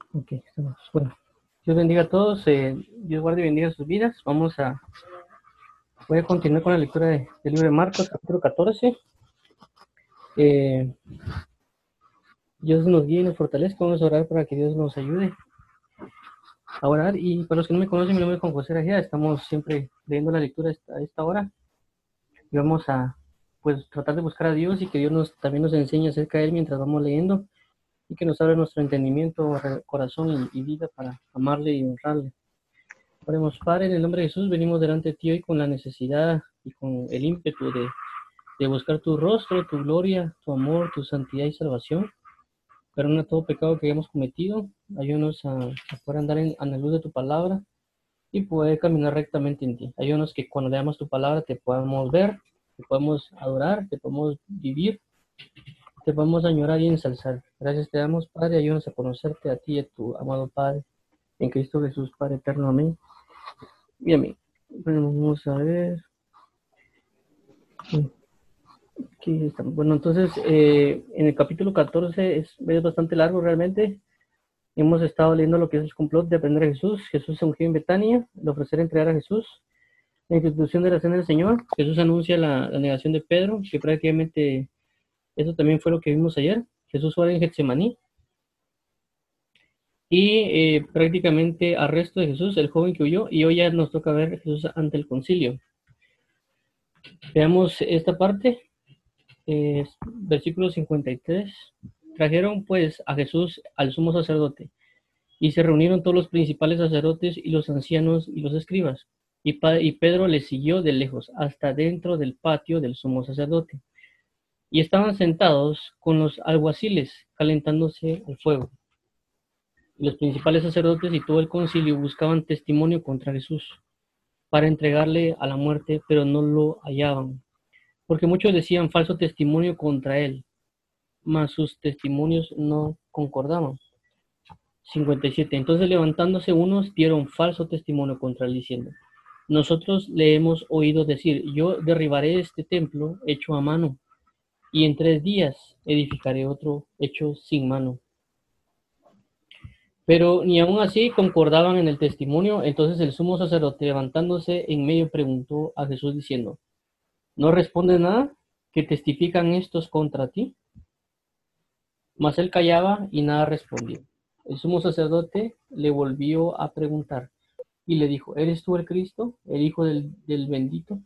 Ok, estamos. Bueno, Dios bendiga a todos, Dios guarde y bendiga sus vidas. Voy a continuar con la lectura del libro de Marcos, capítulo 14. Eh, Dios nos guíe y nos fortalezca. Vamos a orar para que Dios nos ayude a orar. Y para los que no me conocen, mi nombre es Juan José Rajeda. Estamos siempre leyendo la lectura a esta hora. Y vamos a, pues, tratar de buscar a Dios y que Dios también nos enseñe acerca de Él mientras vamos leyendo y que nos abra nuestro entendimiento, corazón y vida para amarle y honrarle. Oremos, Padre, en el nombre de Jesús, venimos delante de ti hoy con la necesidad y con el ímpetu de buscar tu rostro, tu gloria, tu amor, tu santidad y salvación. Perdona todo pecado que hayamos cometido. Ayúdanos a poder andar a la luz de tu palabra y poder caminar rectamente en ti. Ayúdanos que cuando leamos tu palabra te podamos ver, te podamos adorar, te podamos vivir, te podamos añorar y ensalzar. Gracias te damos, Padre. Ayúdanos a conocerte a ti y a tu amado Padre. En Cristo Jesús, Padre eterno. Amén. Y amén. Bueno, vamos a ver. Aquí estamos. Bueno, entonces, en el capítulo 14 es bastante largo realmente. Hemos estado leyendo lo que es el complot de aprender a Jesús. Jesús se ungió en Betania, de ofrecer entregar a Jesús. La institución de la cena del Señor. Jesús anuncia la negación de Pedro, que prácticamente eso también fue lo que vimos ayer. Jesús ora en Getsemaní. Y prácticamente arresto de Jesús, el joven que huyó. Y hoy ya nos toca ver a Jesús ante el concilio. Veamos esta parte. Versículo 53. Trajeron pues a Jesús al sumo sacerdote, y se reunieron todos los principales sacerdotes y los ancianos y los escribas. Y Pedro le siguió de lejos hasta dentro del patio del sumo sacerdote. Y estaban sentados con los alguaciles calentándose al fuego. Y los principales sacerdotes y todo el concilio buscaban testimonio contra Jesús para entregarle a la muerte, pero no lo hallaban, porque muchos decían falso testimonio contra él, mas sus testimonios no concordaban. 57. Entonces levantándose unos dieron falso testimonio contra él diciendo, nosotros le hemos oído decir, yo derribaré este templo hecho a mano, y en 3 días edificaré otro hecho sin mano. Pero ni aun así concordaban en el testimonio. Entonces el sumo sacerdote levantándose en medio preguntó a Jesús diciendo, ¿no responde nada? ¿Que testifican estos contra ti? Mas él callaba y nada respondía. El sumo sacerdote le volvió a preguntar y le dijo, ¿eres tú el Cristo, el Hijo del bendito?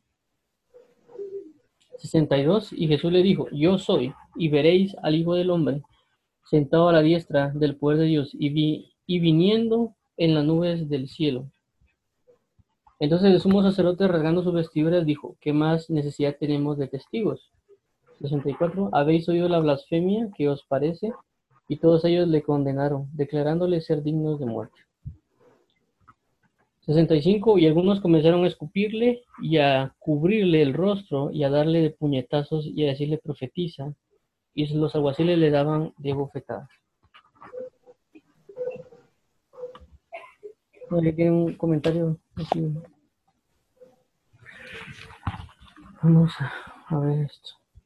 62. Y Jesús le dijo, yo soy, y veréis al Hijo del Hombre sentado a la diestra del poder de Dios y viniendo en las nubes del cielo. Entonces el sumo sacerdote, rasgando sus vestiduras, dijo, ¿qué más necesidad tenemos de testigos? 64. Habéis oído la blasfemia que os parece, y todos ellos le condenaron, declarándole ser dignos de muerte. 65. Y algunos comenzaron a escupirle y a cubrirle el rostro y a darle de puñetazos y a decirle profetiza, y los alguaciles le daban de bofetadas. Aquí tiene un comentario aquí. Vamos a ver esto.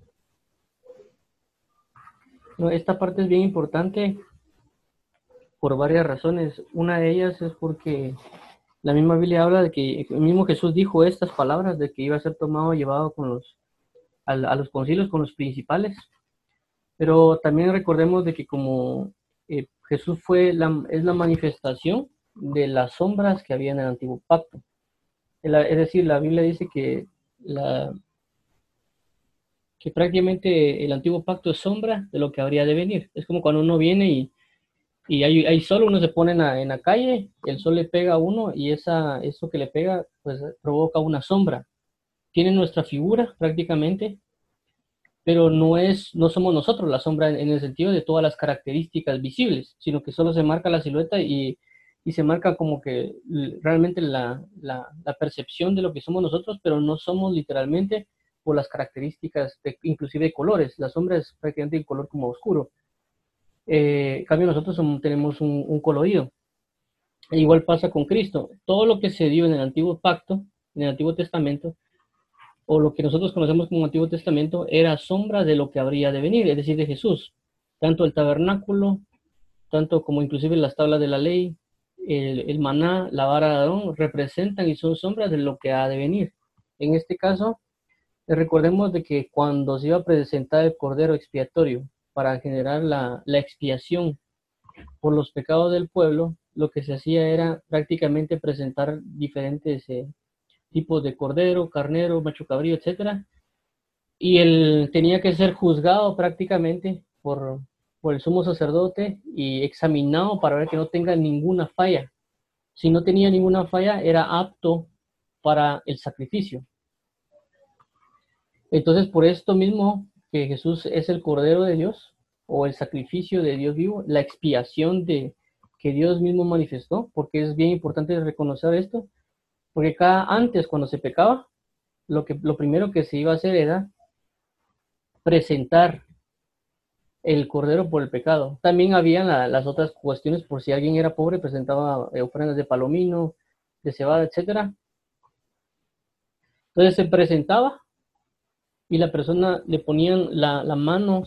No, esta parte es bien importante por varias razones. Una de ellas es porque la misma Biblia habla de que el mismo Jesús dijo estas palabras de que iba a ser tomado y llevado a los concilios con los principales. Pero también recordemos de que como Jesús es la manifestación de las sombras que había en el antiguo pacto. Es decir, la Biblia dice que prácticamente el antiguo pacto es sombra de lo que habría de venir. Es como cuando uno viene y hay sol, uno se pone en la calle, el sol le pega a uno y eso que le pega pues provoca una sombra. Tiene nuestra figura prácticamente, pero no somos nosotros la sombra en el sentido de todas las características visibles, sino que solo se marca la silueta y se marca como que realmente la percepción de lo que somos nosotros, pero no somos literalmente por las características, inclusive de colores. La sombra es prácticamente un color como oscuro. En cambio, nosotros tenemos un colorido. E igual pasa con Cristo. Todo lo que se dio en el antiguo pacto, en el Antiguo Testamento, o lo que nosotros conocemos como Antiguo Testamento, era sombra de lo que habría de venir, es decir, de Jesús. Tanto el tabernáculo, tanto como inclusive las tablas de la ley, el maná, la vara de Aarón, representan y son sombras de lo que ha de venir. En este caso, recordemos de que cuando se iba a presentar el cordero expiatorio para generar la expiación por los pecados del pueblo, lo que se hacía era prácticamente presentar diferentes tipos de cordero, carnero, macho cabrío, etcétera, y él tenía que ser juzgado prácticamente por el sumo sacerdote y examinado para ver que no tenga ninguna falla. Si no tenía ninguna falla, era apto para el sacrificio. Entonces, por esto mismo que Jesús es el Cordero de Dios, o el sacrificio de Dios vivo, la expiación que Dios mismo manifestó, porque es bien importante reconocer esto, porque antes cuando se pecaba, lo primero que se iba a hacer era presentar el cordero por el pecado. También habían las otras cuestiones, por si alguien era pobre, presentaba ofrendas de palomino, de cebada, etcétera. Entonces se presentaba y la persona le ponían la mano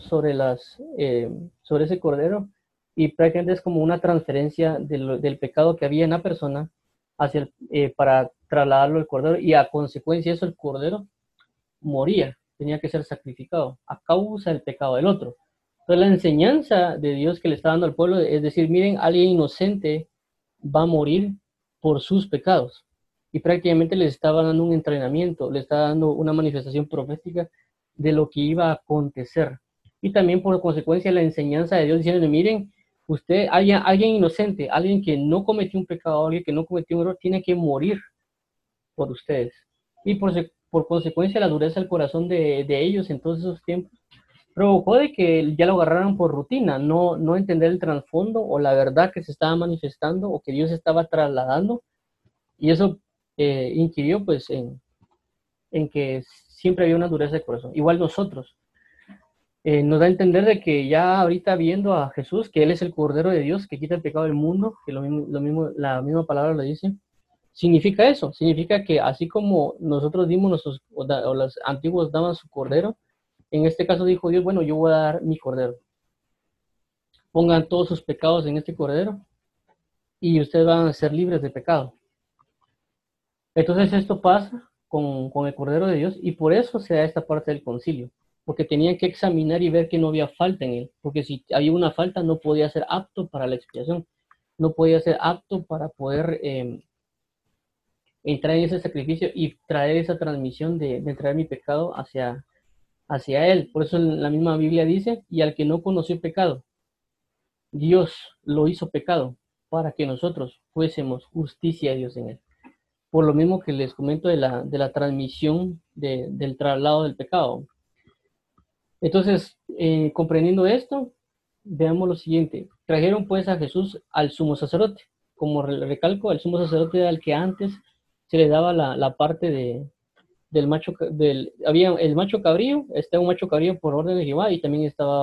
sobre ese cordero y prácticamente es como una transferencia del pecado que había en la persona para trasladarlo al cordero, y a consecuencia de eso el cordero moría, tenía que ser sacrificado a causa del pecado del otro. Entonces la enseñanza de Dios que le está dando al pueblo es decir, miren, alguien inocente va a morir por sus pecados. Y prácticamente les estaba dando un entrenamiento, le estaba dando una manifestación profética de lo que iba a acontecer. Y también por consecuencia la enseñanza de Dios diciendo, miren, usted, alguien inocente, alguien que no cometió un pecado, alguien que no cometió un error, tiene que morir por ustedes. Y por consecuencia la dureza del corazón de ellos en todos esos tiempos provocó de que ya lo agarraran por rutina, no entender el trasfondo o la verdad que se estaba manifestando o que Dios estaba trasladando, y eso inquirió pues en que siempre había una dureza de corazón. Igual nosotros, nos da a entender de que ya ahorita viendo a Jesús, que Él es el Cordero de Dios que quita el pecado del mundo, que la misma palabra lo dice, significa eso, significa que así como nosotros dimos o los antiguos daban su Cordero, en este caso dijo Dios, bueno, yo voy a dar mi Cordero. Pongan todos sus pecados en este Cordero y ustedes van a ser libres de pecado. Entonces esto pasa con el Cordero de Dios y por eso se da esta parte del concilio, porque tenían que examinar y ver que no había falta en él, porque si había una falta no podía ser apto para la expiación, no podía ser apto para poder entrar en ese sacrificio y traer esa transmisión de traer mi pecado hacia él. Por eso la misma Biblia dice, y al que no conoció pecado, Dios lo hizo pecado para que nosotros fuésemos justicia de Dios en él. Por lo mismo que les comento de la transmisión del traslado del pecado. Entonces, comprendiendo esto, veamos lo siguiente. Trajeron pues a Jesús al sumo sacerdote. Como recalco, el sumo sacerdote era el que antes se le daba la parte del macho, había el macho cabrío, estaba un macho cabrío por orden de Jehová y también estaba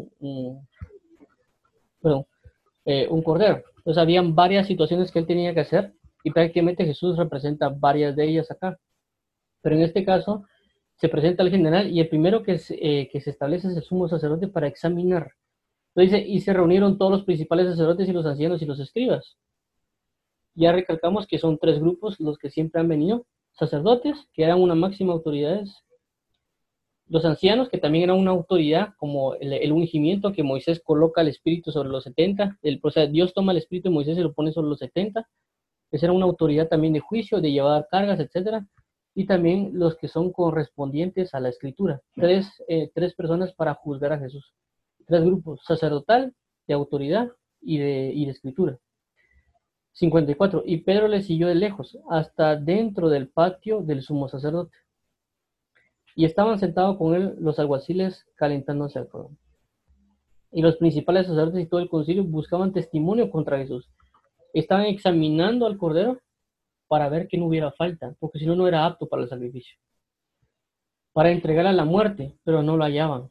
perdón, un cordero. Entonces habían varias situaciones que él tenía que hacer y prácticamente Jesús representa varias de ellas acá. Pero en este caso se presenta al general y el primero que se establece es el sumo sacerdote para examinar. Entonces dice, y se reunieron todos los principales sacerdotes y los ancianos y los escribas. Ya recalcamos que son tres grupos los que siempre han venido. Sacerdotes, que eran una máxima autoridad. Los ancianos, que también eran una autoridad, como el ungimiento que Moisés coloca al espíritu sobre los 70. O sea, Dios toma el espíritu de Moisés y lo pone sobre los 70. Esa era una autoridad también de juicio, de llevar cargas, etcétera. Y también los que son correspondientes a la escritura. Tres personas para juzgar a Jesús. Tres grupos: sacerdotal, de autoridad y de escritura. 54. Y Pedro le siguió de lejos, hasta dentro del patio del sumo sacerdote. Y estaban sentados con él los alguaciles calentándose al fuego. Y los principales sacerdotes y todo el concilio buscaban testimonio contra Jesús. Estaban examinando al cordero para ver que no hubiera falta, porque si no, no era apto para el sacrificio. Para entregar a la muerte, pero no lo hallaban.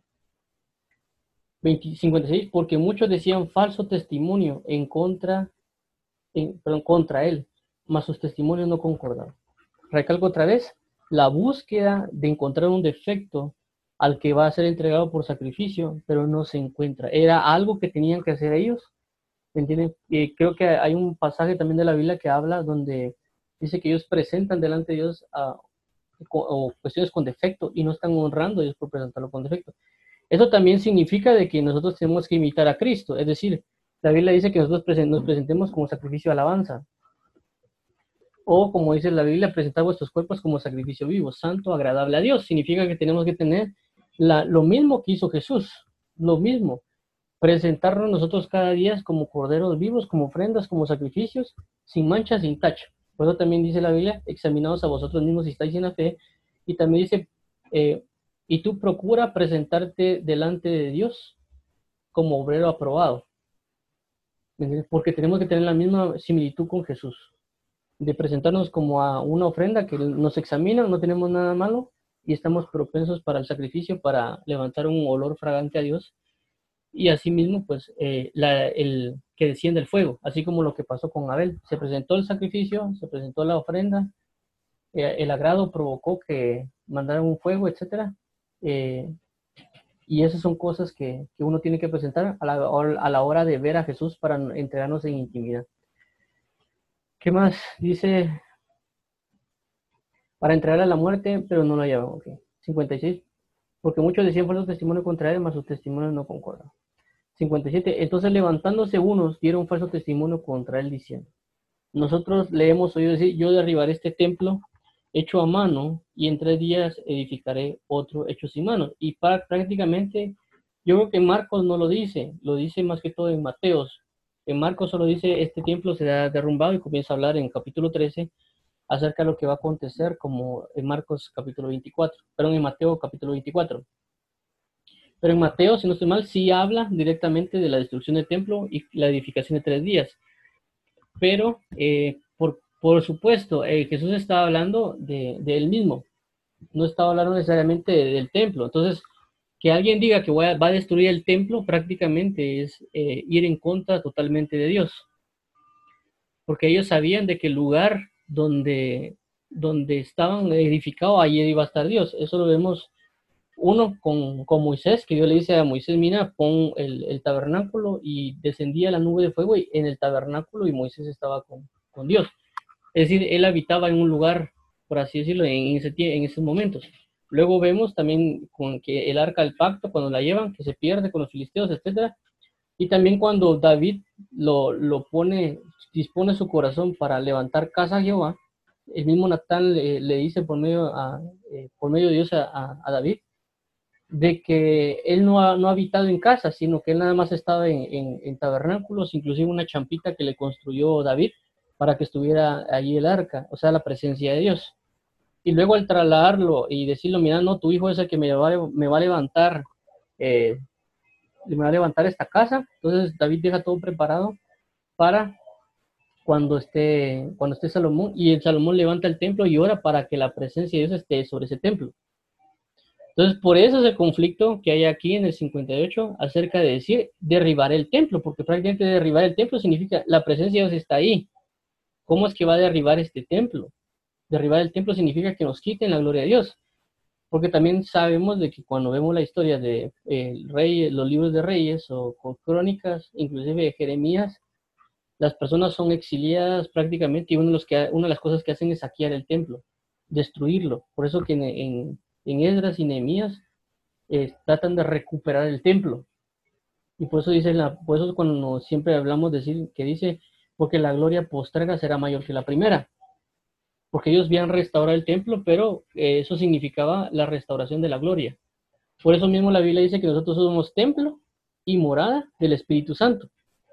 56. Porque muchos decían falso testimonio contra él, mas sus testimonios no concordaban. Recalco otra vez, la búsqueda de encontrar un defecto al que va a ser entregado por sacrificio, pero no se encuentra. Era algo que tenían que hacer ellos ¿Me entienden? Y creo que hay un pasaje también de la Biblia que habla donde dice que ellos presentan delante de Dios o cuestiones con defecto y no están honrando a Dios por presentarlo con defecto. Eso también significa de que nosotros tenemos que imitar a Cristo, es decir, la Biblia dice que nosotros nos presentemos como sacrificio de alabanza, o como dice la Biblia, presentar vuestros cuerpos como sacrificio vivo, santo, agradable a Dios. Significa que tenemos que tener lo mismo que hizo Jesús, lo mismo, presentarnos nosotros cada día como corderos vivos, como ofrendas, como sacrificios, sin mancha, sin tacha. Por eso también dice la Biblia, examinaos a vosotros mismos si estáis en la fe, y también dice, eh, y tú procura presentarte delante de Dios como obrero aprobado, porque tenemos que tener la misma similitud con Jesús, de presentarnos como a una ofrenda que nos examina, no tenemos nada malo y estamos propensos para el sacrificio, para levantar un olor fragante a Dios, y asimismo, pues, el que desciende el fuego, así como lo que pasó con Abel. Se presentó el sacrificio, se presentó la ofrenda, el agrado provocó que mandaran un fuego, etcétera. Eh, y esas son cosas que uno tiene que presentar a la hora de ver a Jesús para entregarnos en intimidad. ¿Qué más? Dice, para entregar a la muerte, pero no lo hallaban. Ok. 56. Porque muchos decían falso testimonio contra él, mas sus testimonios no concordan. 57. Entonces levantándose unos, dieron falso testimonio contra él diciendo, nosotros le hemos oído decir, yo derribaré este templo hecho a mano y en 3 días edificaré otro hecho sin mano. Y prácticamente, yo creo que Marcos no lo dice más que todo en Mateos. En Marcos solo dice, este templo será derrumbado y comienza a hablar en capítulo 13 acerca de lo que va a acontecer, como en Marcos capítulo 24, perdón, en Mateo capítulo 24. Pero en Mateo, si no estoy mal, sí habla directamente de la destrucción del templo y la edificación de 3 días. Pero, por supuesto, Jesús estaba hablando de él mismo, no estaba hablando necesariamente del templo. Entonces, que alguien diga que va a destruir el templo prácticamente es ir en contra totalmente de Dios, porque ellos sabían de que el lugar donde estaban edificados, allí iba a estar Dios. Eso lo vemos uno con Moisés, que Dios le dice a Moisés, mira, pon el tabernáculo, y descendía la nube de fuego en el tabernáculo y Moisés estaba con Dios. Es decir, él habitaba en un lugar, por así decirlo, en esos momentos. Luego vemos también con que el arca del pacto, cuando la llevan, que se pierde con los filisteos, etcétera. Y también cuando David lo pone, dispone su corazón para levantar casa a Jehová, el mismo Natán le dice por medio de Dios a David, de que él no ha habitado en casa, sino que él nada más estaba en tabernáculos, inclusive una champita que le construyó David para que estuviera allí el arca, o sea, la presencia de Dios. Y luego al trasladarlo y decirlo, mira, no, tu hijo es el que me va a levantar, eh, me va a levantar esta casa. Entonces David deja todo preparado para cuando esté Salomón, y el Salomón levanta el templo y ora para que la presencia de Dios esté sobre ese templo. Entonces, por eso es el conflicto que hay aquí en el 58 acerca de decir derribar el templo, porque prácticamente derribar el templo significa la presencia de Dios está ahí. ¿Cómo es que va a derribar este templo? Derribar el templo significa que nos quiten la gloria de Dios, porque también sabemos de que cuando vemos la historia de los libros de Reyes o crónicas, inclusive de Jeremías, las personas son exiliadas prácticamente, y una de las cosas que hacen es saquear el templo, destruirlo. Por eso que en Esdras y Nehemías tratan de recuperar el templo. Y por eso por eso cuando siempre hablamos decir que dice, porque la gloria postrera será mayor que la primera. Porque ellos habían restaurado el templo, pero eso significaba la restauración de la gloria. Por eso mismo la Biblia dice que nosotros somos templo y morada del Espíritu Santo.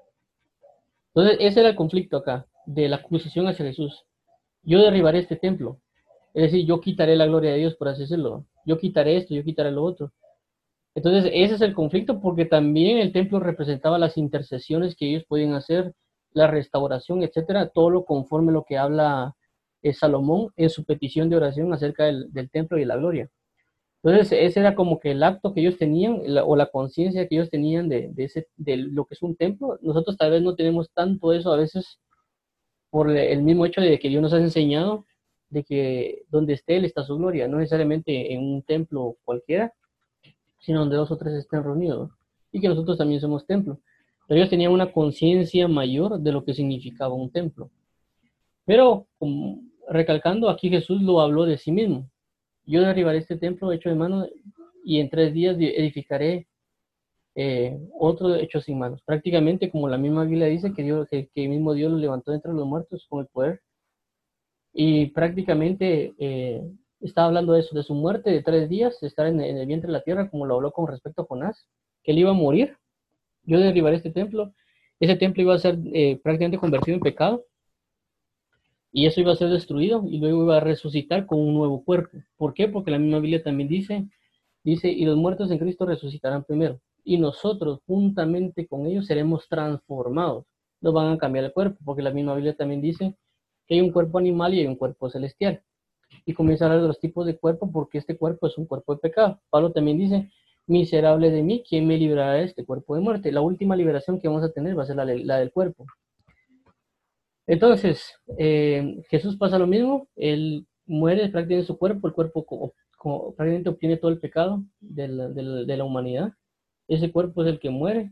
Entonces, ese era el conflicto acá, de la acusación hacia Jesús. Yo derribaré este templo. Es decir, yo quitaré la gloria de Dios, por así decirlo. Yo quitaré esto, yo quitaré lo otro. Entonces, ese es el conflicto, porque también el templo representaba las intercesiones que ellos podían hacer, la restauración, etcétera, todo lo conforme a lo que habla Salomón en su petición de oración acerca del templo y de la gloria. Entonces, ese era como que el acto que ellos tenían, o la conciencia que ellos tenían de lo que es un templo. Nosotros tal vez no tenemos tanto eso a veces por el mismo hecho de que Dios nos ha enseñado de que donde esté Él está su gloria, no necesariamente en un templo cualquiera, sino donde 2 o 3 estén reunidos, y que nosotros también somos templo. Pero ellos tenían una conciencia mayor de lo que significaba un templo. Pero, recalcando, aquí Jesús lo habló de sí mismo. Yo derribaré este templo hecho de mano y en 3 días edificaré otro hecho sin manos. Prácticamente, como la misma Biblia dice, que mismo Dios lo levantó entre los muertos con el poder. Y prácticamente estaba hablando de eso, de su muerte de 3 días, de estar en el vientre de la tierra, como lo habló con respecto a Jonás, que él iba a morir. Yo derribaré este templo. Ese templo iba a ser prácticamente convertido en pecado y eso iba a ser destruido y luego iba a resucitar con un nuevo cuerpo. ¿Por qué? Porque la misma Biblia también dice, y los muertos en Cristo resucitarán primero. Y nosotros, juntamente con ellos, seremos transformados. Nos van a cambiar el cuerpo, porque la misma Biblia también dice que hay un cuerpo animal y hay un cuerpo celestial. Y comienza a hablar de los tipos de cuerpo, porque este cuerpo es un cuerpo de pecado. Pablo también dice, miserable de mí, ¿quién me librará de este cuerpo de muerte? La última liberación que vamos a tener va a ser la del cuerpo. Entonces, Jesús pasa lo mismo, él muere prácticamente en su cuerpo, el cuerpo prácticamente obtiene todo el pecado de la humanidad. Ese cuerpo es el que muere,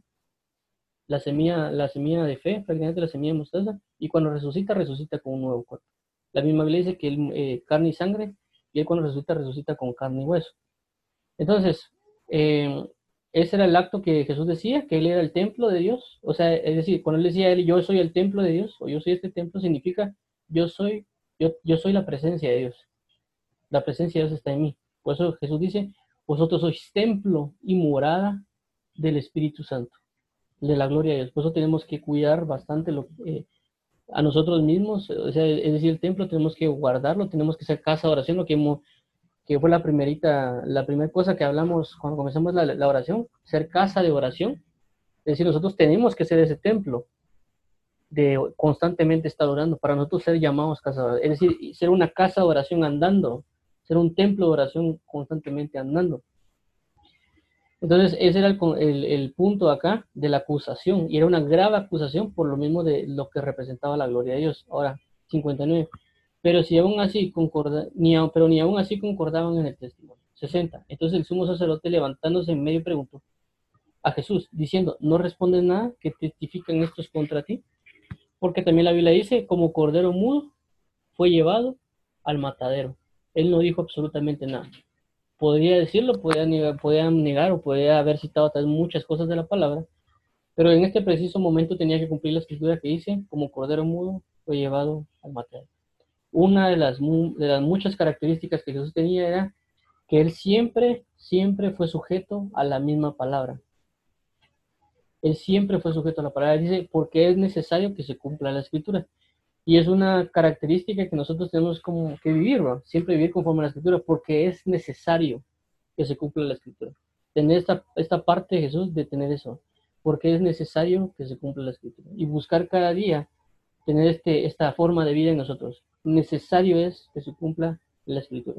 la semilla de fe, prácticamente la semilla de mostaza, y cuando resucita, resucita con un nuevo cuerpo. La misma Biblia dice que él carne y sangre, y él cuando resucita, resucita con carne y hueso. Entonces, eh, ese era el acto que Jesús decía, que él era el templo de Dios. O sea, es decir, cuando él decía él, yo soy el templo de Dios, o yo soy este templo, significa yo soy, yo soy la presencia de Dios. La presencia de Dios está en mí. Por eso Jesús dice, vosotros sois templo y morada del Espíritu Santo, de la gloria de Dios. Por eso tenemos que cuidar bastante a nosotros mismos, o sea, es decir, el templo tenemos que guardarlo, tenemos que ser casa de oración, que fue la primera cosa que hablamos cuando comenzamos la oración, ser casa de oración. Es decir, nosotros tenemos que ser ese templo de constantemente estar orando, para nosotros ser llamados casa de oración. Es decir, ser una casa de oración andando, ser un templo de oración constantemente andando. Entonces, ese era el punto acá de la acusación, y era una grave acusación por lo mismo de lo que representaba la gloria de Dios. Ahora, 59. Pero si aún así pero ni aún así concordaban en el testimonio. 60. Entonces el sumo sacerdote levantándose en medio preguntó a Jesús, diciendo, ¿no respondes nada que testifican estos contra ti? Porque también la Biblia dice, como cordero mudo, fue llevado al matadero. Él no dijo absolutamente nada. Podría decirlo, podía negar o podía haber citado tal muchas cosas de la palabra, pero en este preciso momento tenía que cumplir la escritura que dice, como cordero mudo, fue llevado al matadero. Una de las muchas características que Jesús tenía era que él siempre fue sujeto a la misma palabra. Él siempre fue sujeto a la palabra. Dice, porque es necesario que se cumpla la escritura. Y es una característica que nosotros tenemos como que vivir, ¿no? Siempre vivir conforme a la escritura, porque es necesario que se cumpla la escritura. Tener esta parte de Jesús de tener eso, porque es necesario que se cumpla la escritura. Y buscar cada día tener esta forma de vida en nosotros. Necesario es que se cumpla la escritura.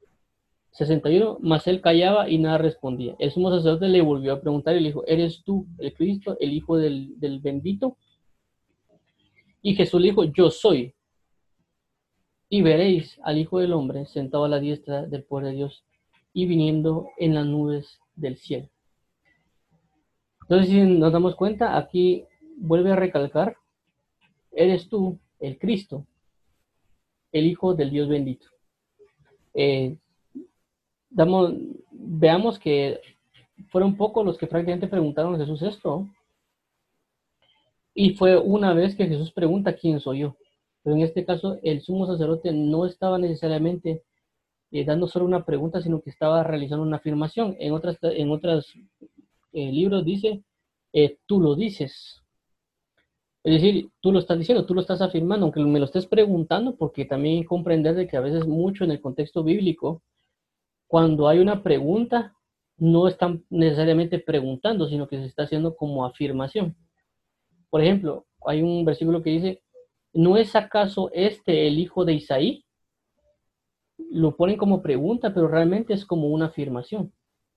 61, mas él callaba y nada respondía. El sumo sacerdote le volvió a preguntar y le dijo, ¿eres tú el Cristo, el Hijo del bendito? Y Jesús le dijo, yo soy. Y veréis al Hijo del Hombre sentado a la diestra del poder de Dios y viniendo en las nubes del cielo. Entonces, si nos damos cuenta, aquí vuelve a recalcar, eres tú el Cristo, el Hijo del Dios bendito. Eh, veamos que fueron pocos los que prácticamente preguntaron a Jesús esto, y fue una vez que Jesús pregunta quién soy yo. Pero en este caso, el sumo sacerdote no estaba necesariamente dando solo una pregunta, sino que estaba realizando una afirmación. En otros libros dice, tú lo dices. Es decir, tú lo estás diciendo, tú lo estás afirmando, aunque me lo estés preguntando, porque también comprender de que a veces mucho en el contexto bíblico, cuando hay una pregunta, no están necesariamente preguntando, sino que se está haciendo como afirmación. Por ejemplo, hay un versículo que dice, ¿no es acaso este el hijo de Isaí? Lo ponen como pregunta, pero realmente es como una afirmación.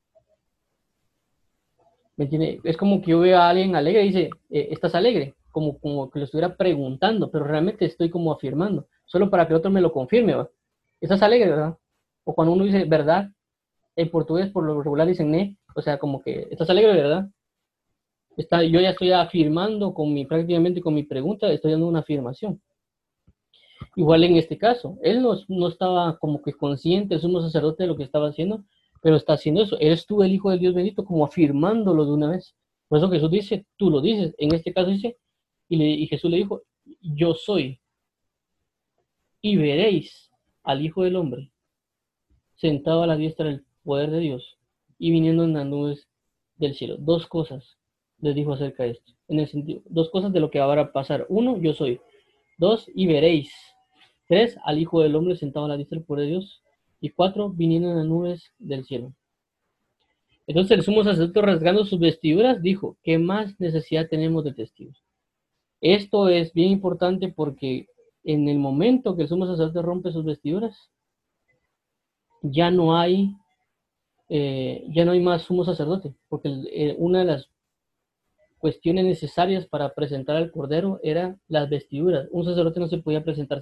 ¿Me entiende? Es como que yo veo a alguien alegre y dice, ¿estás alegre? Como que lo estuviera preguntando, pero realmente estoy como afirmando, solo para que otro me lo confirme, ¿va? ¿Estás alegre, verdad? O cuando uno dice verdad, en portugués por lo regular dicen ne, o sea, como que, ¿estás alegre, verdad? Yo ya estoy afirmando prácticamente con mi pregunta, estoy dando una afirmación. Igual en este caso, él no estaba como que consciente, el sumo sacerdote de lo que estaba haciendo, pero está haciendo eso. Eres tú el Hijo del Dios bendito, como afirmándolo de una vez. Por eso Jesús dice, tú lo dices. En este caso dice, y Jesús le dijo, yo soy, y veréis al Hijo del Hombre sentado a la diestra del poder de Dios y viniendo en las nubes del cielo. Dos cosas les dijo acerca de esto. En el sentido, dos cosas de lo que va a pasar. Uno, yo soy. Dos, y veréis. Tres, al Hijo del Hombre sentado a la diestra del poder de Dios. Y cuatro, viniendo en las nubes del cielo. Entonces el sumo sacerdote, rasgando sus vestiduras, dijo, ¿qué más necesidad tenemos de testigos? Esto es bien importante porque en el momento que el sumo sacerdote rompe sus vestiduras, ya no hay, ya no hay más sumo sacerdote, porque una de las cuestiones necesarias para presentar al Cordero era las vestiduras. Un sacerdote no se podía presentar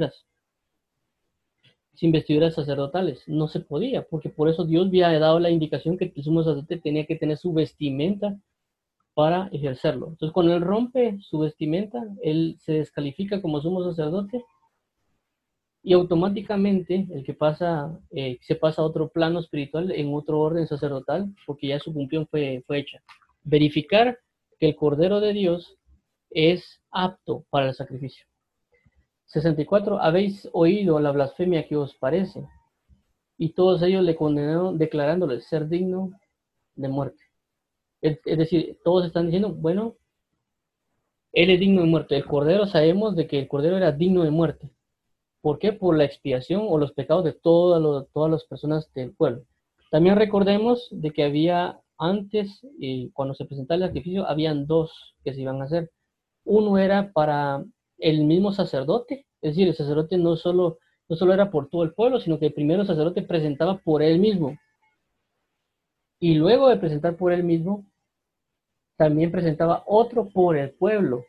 sin vestiduras sacerdotales. No se podía, porque por eso Dios había dado la indicación que el sumo sacerdote tenía que tener su vestimenta para ejercerlo. Entonces, cuando él rompe su vestimenta, él se descalifica como sumo sacerdote y automáticamente el que pasa, se pasa a otro plano espiritual en otro orden sacerdotal, porque ya su función fue hecha. Verificar que el Cordero de Dios es apto para el sacrificio. 64. Habéis oído la blasfemia que os parece, y todos ellos le condenaron declarándole ser digno de muerte. Es decir, todos están diciendo, bueno, él es digno de muerte. El Cordero, sabemos de que el Cordero era digno de muerte. ¿Por qué? Por la expiación o los pecados de todas las personas del pueblo. También recordemos de que había antes, cuando se presentaba el sacrificio, habían dos que se iban a hacer. Uno era para el mismo sacerdote, es decir, el sacerdote no solo era por todo el pueblo, sino que primero el sacerdote presentaba por él mismo. Y luego de presentar por él mismo, también presentaba otro por el pueblo.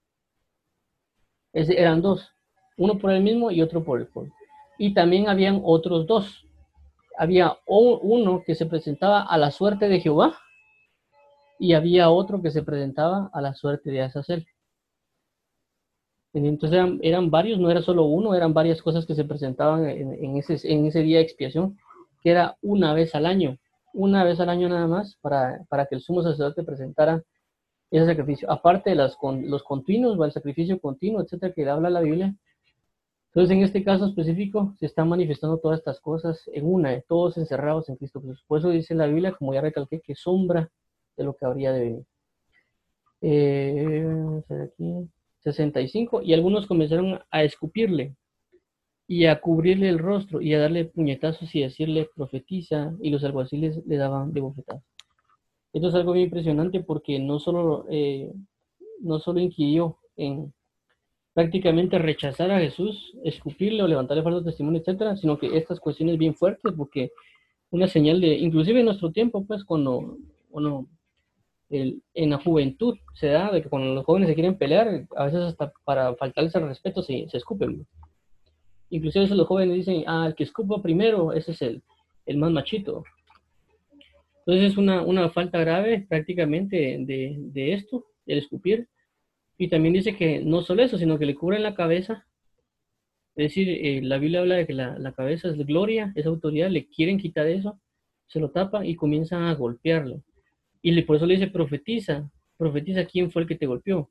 Eran dos, uno por él mismo y otro por el pueblo. Y también habían otros dos. Había uno que se presentaba a la suerte de Jehová y había otro que se presentaba a la suerte de Azazel. Entonces eran varios, no era solo uno, eran varias cosas que se presentaban en ese día de expiación, que era una vez al año nada más, para que el sumo sacerdote presentara ese sacrificio. Aparte de los continuos, o el sacrificio continuo, etcétera, que habla la Biblia. Entonces, en este caso específico, se están manifestando todas estas cosas en una, todos encerrados en Cristo Jesús. Por eso dice la Biblia, como ya recalqué, que sombra de lo que habría de venir. Vamos a ver aquí. 65. Y algunos comenzaron a escupirle y a cubrirle el rostro y a darle puñetazos y decirle profetiza, y los alguaciles le daban de bofetadas. Esto es algo bien impresionante porque no solo inquirió en prácticamente rechazar a Jesús, escupirle o levantarle falso testimonio, etcétera, sino que estas cuestiones bien fuertes, porque una señal inclusive en nuestro tiempo, pues cuando en la juventud se da de que cuando los jóvenes se quieren pelear, a veces hasta para faltarles el respeto se escupen. Inclusive a veces los jóvenes dicen, el que escupa primero, ese es el más machito. Entonces es una falta grave prácticamente de esto, el escupir. Y también dice que no solo eso, sino que le cubren la cabeza. Es decir, la Biblia habla de que la cabeza es gloria, es autoridad, le quieren quitar eso, se lo tapan y comienzan a golpearlo. Y por eso le dice, profetiza quién fue el que te golpeó.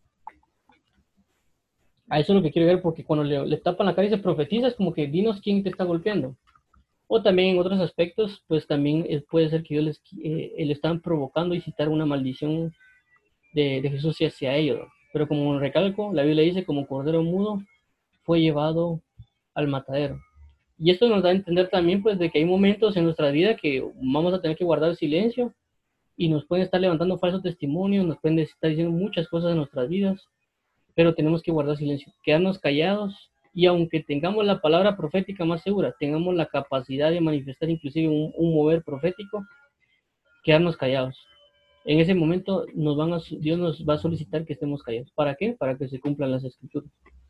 A eso es lo que quiero ver, porque cuando le tapan la cara y dice, profetiza, es como que dinos quién te está golpeando. O también en otros aspectos, pues también puede ser que ellos le están provocando y citar una maldición de Jesús hacia ellos. Pero como recalco, la Biblia dice, como cordero mudo, fue llevado al matadero. Y esto nos da a entender también, pues, de que hay momentos en nuestra vida que vamos a tener que guardar silencio y nos pueden estar levantando falsos testimonios, nos pueden estar diciendo muchas cosas en nuestras vidas, pero tenemos que guardar silencio, quedarnos callados, y aunque tengamos la palabra profética más segura, tengamos la capacidad de manifestar inclusive un mover profético, quedarnos callados. En ese momento Dios nos va a solicitar que estemos callados. ¿Para qué? Para que se cumplan las escrituras.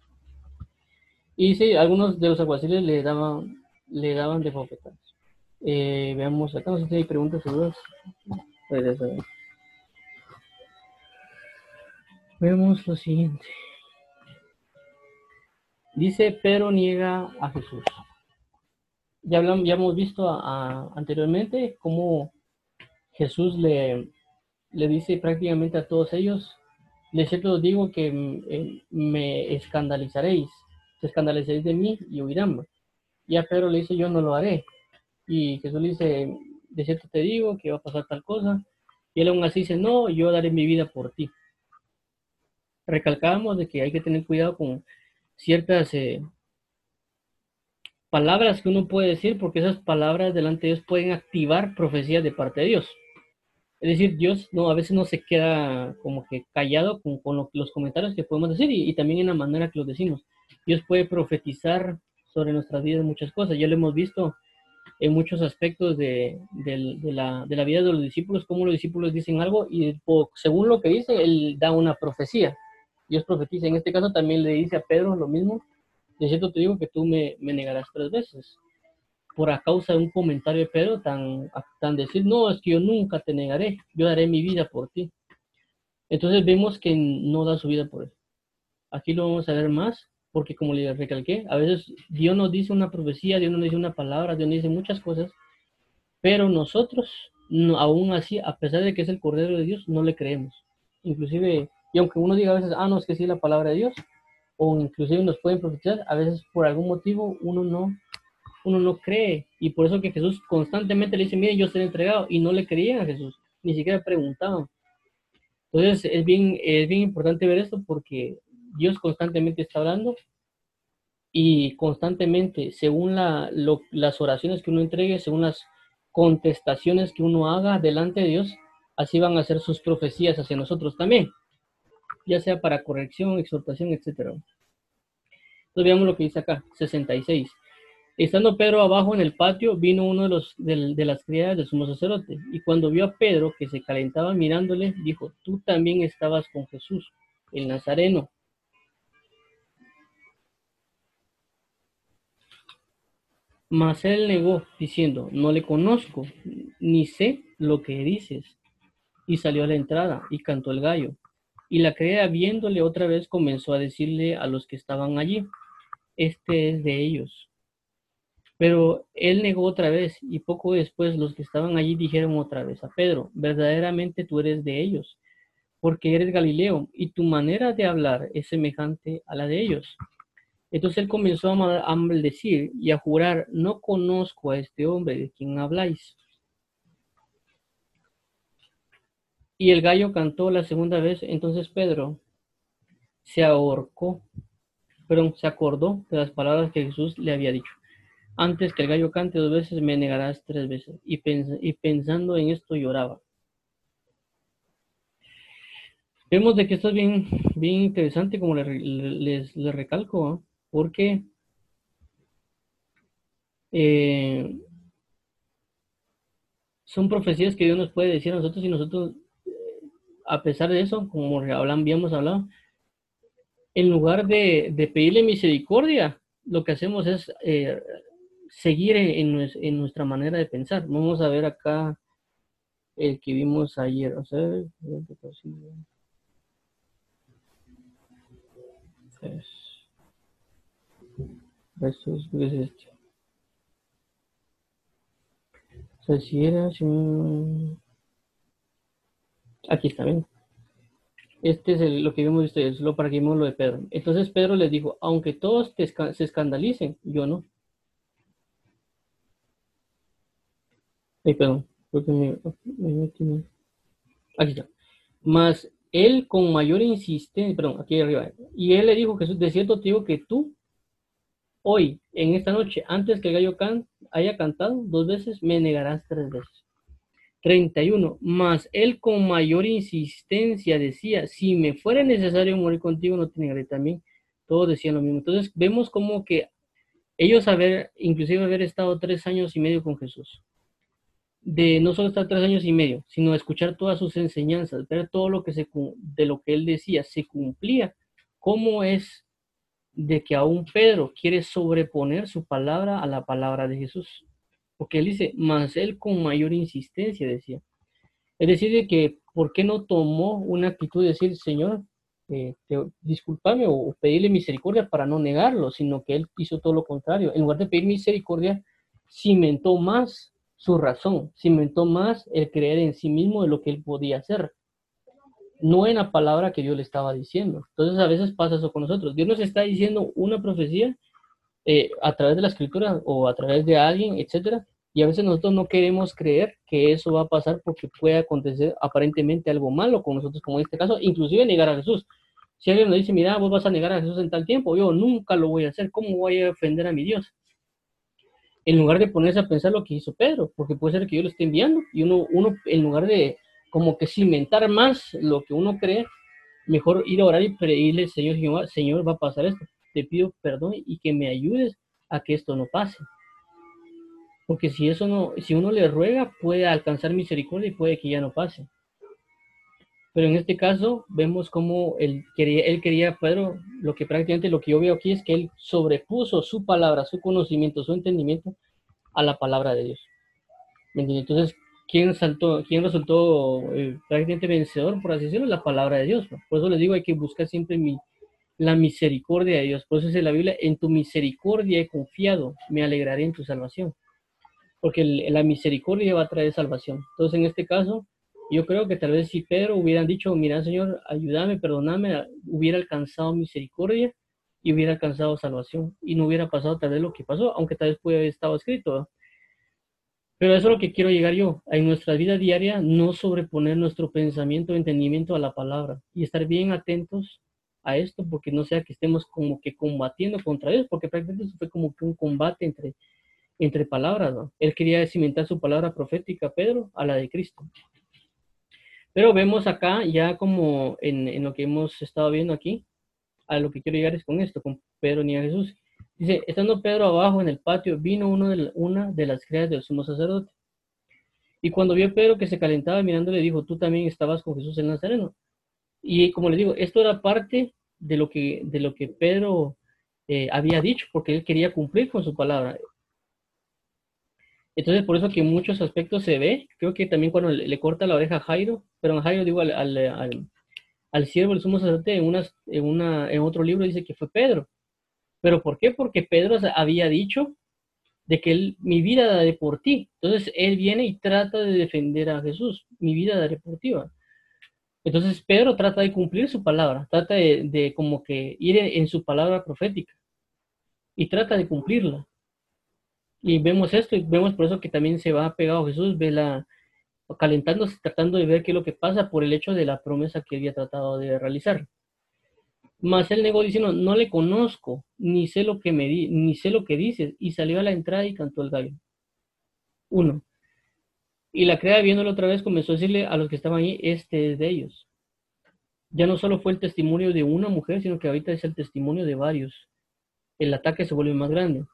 Y sí, algunos de los alguaciles le daban de bofetadas. Veamos acá, no sé si hay preguntas o dudas. Vemos lo siguiente. Dice, Pedro niega a Jesús. Ya hemos visto anteriormente cómo Jesús le dice prácticamente a todos ellos, de cierto os digo que me escandalizaréis, se escandalizaréis de mí y huirán. Y a Pedro le dice, yo no lo haré. Y Jesús le dice, de cierto te digo que va a pasar tal cosa. Y él aún así dice, no, yo daré mi vida por ti. Recalcábamos de que hay que tener cuidado con ciertas palabras que uno puede decir, porque esas palabras delante de Dios pueden activar profecías de parte de Dios. Es decir, Dios no, a veces no se queda como que callado con los comentarios que podemos decir y también en la manera que los decimos. Dios puede profetizar sobre nuestras vidas muchas cosas. Ya lo hemos visto en muchos aspectos de la vida de los discípulos, cómo los discípulos dicen algo y según lo que dice, Él da una profecía. Dios profetiza. En este caso también le dice a Pedro lo mismo. De cierto te digo que tú me negarás 3 veces por a causa de un comentario de Pedro tan decir, no, es que yo nunca te negaré, yo daré mi vida por ti. Entonces vemos que no da su vida por él. Aquí lo vamos a ver más, porque como le recalqué, a veces Dios nos dice una profecía, Dios nos dice una palabra, Dios nos dice muchas cosas, pero nosotros, no, aún así, a pesar de que es el Cordero de Dios, no le creemos. Inclusive, y aunque uno diga a veces, no, es que sí es la palabra de Dios, o inclusive nos pueden profetizar, a veces por algún motivo uno no cree. Y por eso que Jesús constantemente le dice, miren, yo seré entregado. Y no le creían a Jesús, ni siquiera preguntaban. Entonces es bien importante ver esto porque Dios constantemente está hablando y constantemente, según las oraciones que uno entregue, según las contestaciones que uno haga delante de Dios, así van a ser sus profecías hacia nosotros también, ya sea para corrección, exhortación, etcétera. Entonces veamos lo que dice acá, 66. Estando Pedro abajo en el patio, vino uno de las criadas del sumo sacerdote, y cuando vio a Pedro que se calentaba mirándole, dijo, tú también estabas con Jesús, el Nazareno. Mas él negó, diciendo, no le conozco, ni sé lo que dices. Y salió a la entrada, y cantó el gallo. Y la criada, viéndole otra vez, comenzó a decirle a los que estaban allí, este es de ellos. Pero él negó otra vez, y poco después los que estaban allí dijeron otra vez a Pedro, verdaderamente tú eres de ellos, porque eres Galileo, y tu manera de hablar es semejante a la de ellos. Entonces él comenzó a maldecir y a jurar, no conozco a este hombre de quien habláis. Y el gallo cantó la segunda vez, entonces Pedro se ahorcó, perdón, se acordó de las palabras que Jesús le había dicho. Antes que el gallo cante 2 veces, me negarás 3 veces. Y pensando en esto lloraba. Vemos de que esto es bien, bien interesante, como les recalco, ¿no? Porque eh, son profecías que Dios nos puede decir a nosotros y nosotros, a pesar de eso, como habíamos hablado, en lugar de pedirle misericordia, lo que hacemos es seguir en nuestra manera de pensar. Vamos a ver acá el que vimos ayer. O sea, versos, es este. O sea, si era, aquí está bien. Este es lo que vimos visto, es lo para que vimos lo de Pedro. Entonces Pedro les dijo, aunque todos se escandalicen, yo no. Ay, perdón, creo que me metí. Aquí está. Mas él con mayor insistencia, perdón, aquí arriba. Y él le dijo, Jesús, de cierto te digo que tú, hoy, en esta noche, antes que el gallo haya cantado 2 veces, me negarás 3 veces. 31. Mas él con mayor insistencia decía, si me fuera necesario morir contigo, no te negaré también. Todos decían lo mismo. Entonces vemos como que ellos inclusive haber estado 3 años y medio con Jesús, de no solo estar 3 años y medio, sino escuchar todas sus enseñanzas, ver todo lo que de lo que él decía se cumplía. ¿Cómo es de que aún Pedro quiere sobreponer su palabra a la palabra de Jesús? Porque él dice, más él con mayor insistencia decía. Es decir, de que, ¿por qué no tomó una actitud de decir, Señor, disculparme o pedirle misericordia para no negarlo, sino que él hizo todo lo contrario. En lugar de pedir misericordia, cimentó más su razón, cimentó más el creer en sí mismo de lo que él podía hacer, no en la palabra que Dios le estaba diciendo. Entonces a veces pasa eso con nosotros. Dios nos está diciendo una profecía a través de la escritura o a través de alguien, etcétera, y a veces nosotros no queremos creer que eso va a pasar porque puede acontecer aparentemente algo malo con nosotros, como en este caso, inclusive negar a Jesús. Si alguien nos dice, mira, vos vas a negar a Jesús en tal tiempo, yo nunca lo voy a hacer, ¿cómo voy a ofender a mi Dios? En lugar de ponerse a pensar lo que hizo Pedro, porque puede ser que yo lo esté enviando, y uno en lugar de como que cimentar más lo que uno cree, mejor ir a orar y pedirle, Señor Jehová, Señor, va a pasar esto, te pido perdón y que me ayudes a que esto no pase. Porque si eso no, si uno le ruega, puede alcanzar misericordia y puede que ya no pase. Pero en este caso vemos cómo él quería, Pedro, lo que prácticamente lo que yo veo aquí es que él sobrepuso su palabra, su conocimiento, su entendimiento a la palabra de Dios. ¿Me entiendes? Entonces, quién resultó prácticamente vencedor, por así decirlo? La palabra de Dios, ¿no? Por eso les digo, hay que buscar siempre la misericordia de Dios. Por eso dice la Biblia, en tu misericordia he confiado, me alegraré en tu salvación. Porque la misericordia va a traer salvación. Entonces, en este caso, yo creo que tal vez si Pedro hubieran dicho, mira, Señor, ayúdame, perdóname, hubiera alcanzado misericordia y hubiera alcanzado salvación. Y no hubiera pasado tal vez lo que pasó, aunque tal vez puede haber estado escrito, ¿no? Pero eso es lo que quiero llegar yo. En nuestra vida diaria, no sobreponer nuestro pensamiento o entendimiento a la palabra y estar bien atentos a esto, porque no sea que estemos como que combatiendo contra ellos, porque prácticamente eso fue como que un combate entre palabras, ¿no? Él quería cimentar su palabra profética, Pedro, a la de Cristo. Pero vemos acá, ya como en lo que hemos estado viendo aquí, a lo que quiero llegar es con esto, con Pedro ni a Jesús. Dice, estando Pedro abajo en el patio, vino una de las criadas del sumo sacerdote. Y cuando vio a Pedro que se calentaba mirándole, dijo, tú también estabas con Jesús el Nazareno. Y como le digo, esto era parte de lo que Pedro había dicho, porque él quería cumplir con su palabra. Entonces, por eso que en muchos aspectos se ve, creo que también cuando le corta la oreja a Jairo, pero a Jairo digo al siervo, el sumo sacerdote, en otro libro dice que fue Pedro. ¿Pero por qué? Porque Pedro había dicho de que mi vida daré por ti. Entonces, él viene y trata de defender a Jesús, mi vida daré por ti. ¿Va? Entonces, Pedro trata de cumplir su palabra, trata de como que ir en su palabra profética y trata de cumplirla. Y vemos esto y vemos por eso que también se va pegado a Jesús, ve calentándose, tratando de ver qué es lo que pasa por el hecho de la promesa que había tratado de realizar. Mas él negó diciendo, no le conozco, ni sé lo que ni sé lo que dices, y salió a la entrada y cantó el gallo. Uno. Y la criada viéndolo otra vez comenzó a decirle a los que estaban ahí, este es de ellos. Ya no solo fue el testimonio de una mujer, sino que ahorita es el testimonio de varios. El ataque se vuelve más grande.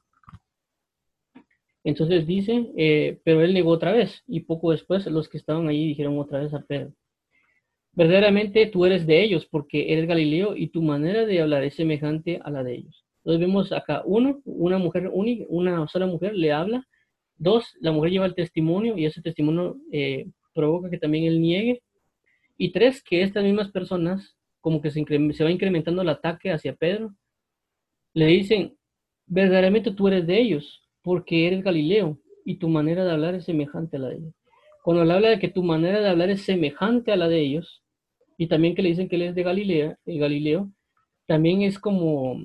Entonces dice, pero él negó otra vez, y poco después los que estaban ahí dijeron otra vez a Pedro, verdaderamente tú eres de ellos, porque eres Galileo y tu manera de hablar es semejante a la de ellos. Entonces vemos acá, uno, una mujer única, una sola mujer le habla. Dos, la mujer lleva el testimonio y ese testimonio provoca que también él niegue. Y tres, que estas mismas personas, como que se va incrementando el ataque hacia Pedro, le dicen, verdaderamente tú eres de ellos, porque eres Galileo y tu manera de hablar es semejante a la de ellos. Cuando le habla de que tu manera de hablar es semejante a la de ellos, y también que le dicen que él es de Galilea, el Galileo, también es como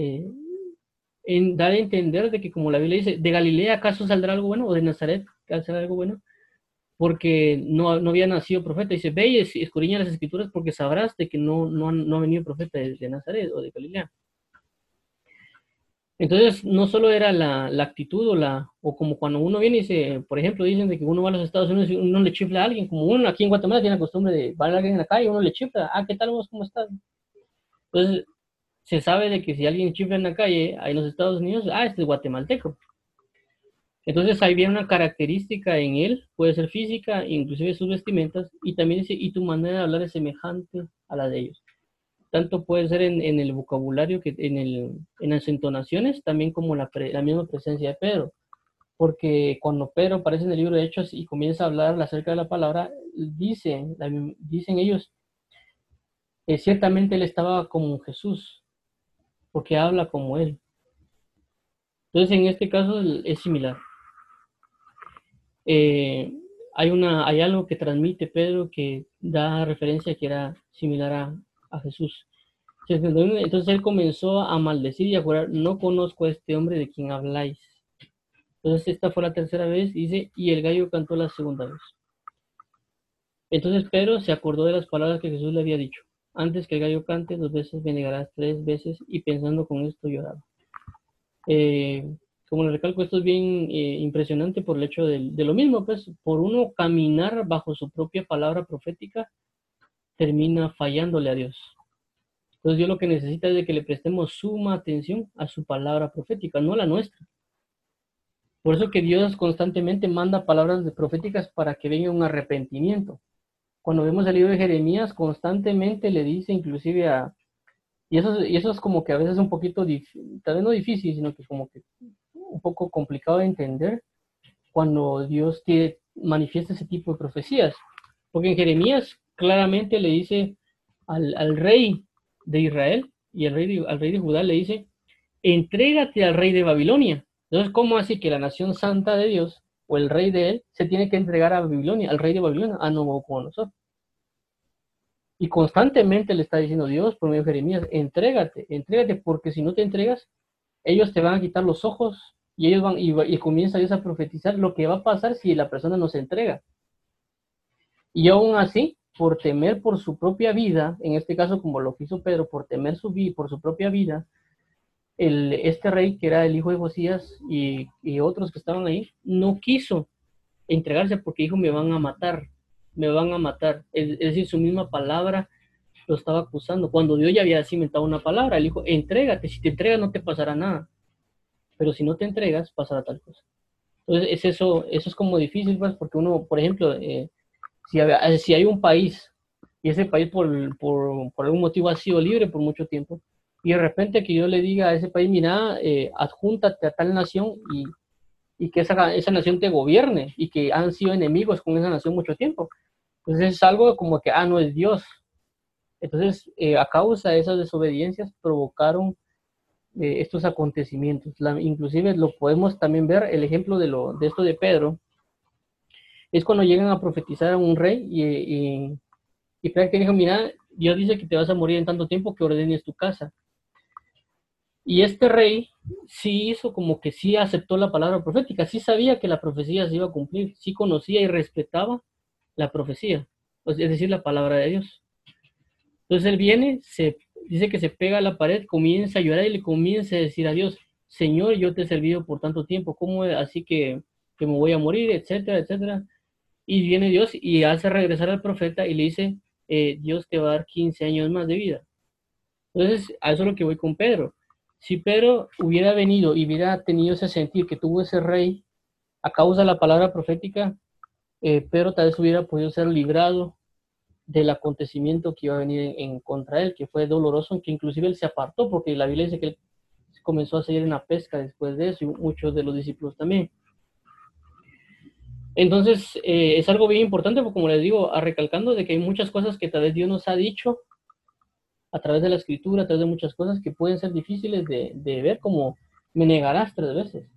dar a entender de que como la Biblia dice, ¿de Galilea acaso saldrá algo bueno? ¿O de Nazaret saldrá algo bueno? Porque no había nacido profeta. Dice, ve y escudriña las escrituras porque sabrás de que no ha venido profeta de Nazaret o de Galilea. Entonces, no solo era la actitud o como cuando uno viene y dice, por ejemplo, dicen de que uno va a los Estados Unidos y uno le chifla a alguien, como uno aquí en Guatemala tiene la costumbre de ver a alguien en la calle y uno le chifla, ah, ¿qué tal vos? ¿Cómo estás? Entonces, se sabe de que si alguien chifla en la calle, ahí en los Estados Unidos, ah, este es guatemalteco. Entonces, ahí viene una característica en él, puede ser física, inclusive sus vestimentas, y también dice, y tu manera de hablar es semejante a la de ellos. Tanto puede ser en el vocabulario, que en las entonaciones, también como la misma presencia de Pedro. Porque cuando Pedro aparece en el libro de Hechos y comienza a hablar acerca de la palabra, dicen ellos, ciertamente él estaba como Jesús, porque habla como él. Entonces, en este caso es similar. Eh, hay algo que transmite Pedro que da referencia que era similar a Jesús. Entonces él comenzó a maldecir y a jurar, no conozco a este hombre de quien habláis. Entonces esta fue la tercera vez, dice, y el gallo cantó la segunda vez. Entonces Pedro se acordó de las palabras que Jesús le había dicho. Antes que el gallo cante, 2 veces me negarás 3 veces, y pensando con esto lloraba. Eh, Como le recalco, esto es bien impresionante por el hecho de lo mismo, pues, por uno caminar bajo su propia palabra profética, termina fallándole a Dios. Entonces Dios lo que necesita es de que le prestemos suma atención a su palabra profética, no a la nuestra. Por eso que Dios constantemente manda palabras proféticas para que venga un arrepentimiento. Cuando vemos el libro de Jeremías, constantemente le dice inclusive y eso es como que a veces un poquito, tal vez no difícil, sino que como que un poco complicado de entender cuando Dios manifiesta ese tipo de profecías. Porque en Jeremías claramente le dice al rey de Israel y al rey de Judá le dice, entrégate al rey de Babilonia. Entonces, ¿cómo así que la nación santa de Dios o el rey de él se tiene que entregar a Babilonia, al rey de Babilonia, a Nabucodonosor? Y constantemente le está diciendo Dios por medio de Jeremías, entrégate, porque si no te entregas, ellos te van a quitar los ojos y ellos y comienza Dios a profetizar lo que va a pasar si la persona no se entrega. Y aún así, por temer por su propia vida, en este caso como lo hizo Pedro, por temer por su propia vida, este rey, que era el hijo de Josías y otros que estaban ahí, no quiso entregarse porque dijo, me van a matar. Es decir, su misma palabra lo estaba acusando. Cuando Dios ya había cimentado una palabra, él dijo, entrégate, si te entregas no te pasará nada, pero si no te entregas, pasará tal cosa. Entonces, eso es como difícil, pues, porque uno, por ejemplo, si hay un país y ese país por algún motivo ha sido libre por mucho tiempo, y de repente que yo le diga a ese país, mira, adjúntate a tal nación y que esa nación te gobierne y que han sido enemigos con esa nación mucho tiempo. Entonces es algo como que, no es Dios. Entonces, a causa de esas desobediencias provocaron estos acontecimientos. Inclusive lo podemos también ver, el ejemplo de esto de Pedro, es cuando llegan a profetizar a un rey y prácticamente dijo, mira, Dios dice que te vas a morir en tanto tiempo que ordenes tu casa. Y este rey sí hizo como que sí aceptó la palabra profética, sí sabía que la profecía se iba a cumplir, sí conocía y respetaba la profecía, pues, es decir, la palabra de Dios. Entonces él viene, dice que se pega a la pared, comienza a llorar y le comienza a decir a Dios, Señor, yo te he servido por tanto tiempo, ¿cómo así que me voy a morir, etcétera, etcétera? Y viene Dios y hace regresar al profeta y le dice, Dios te va a dar 15 años más de vida. Entonces, a eso es lo que voy con Pedro. Si Pedro hubiera venido y hubiera tenido ese sentir que tuvo ese rey a causa de la palabra profética, Pedro tal vez hubiera podido ser librado del acontecimiento que iba a venir en contra de él, que fue doloroso, que inclusive él se apartó, porque la Biblia dice que él comenzó a seguir en la pesca después de eso, y muchos de los discípulos también. Entonces, es algo bien importante, porque como les digo, recalcando de que hay muchas cosas que tal vez Dios nos ha dicho a través de la escritura, a través de muchas cosas que pueden ser difíciles de ver, como me negarás 3 veces.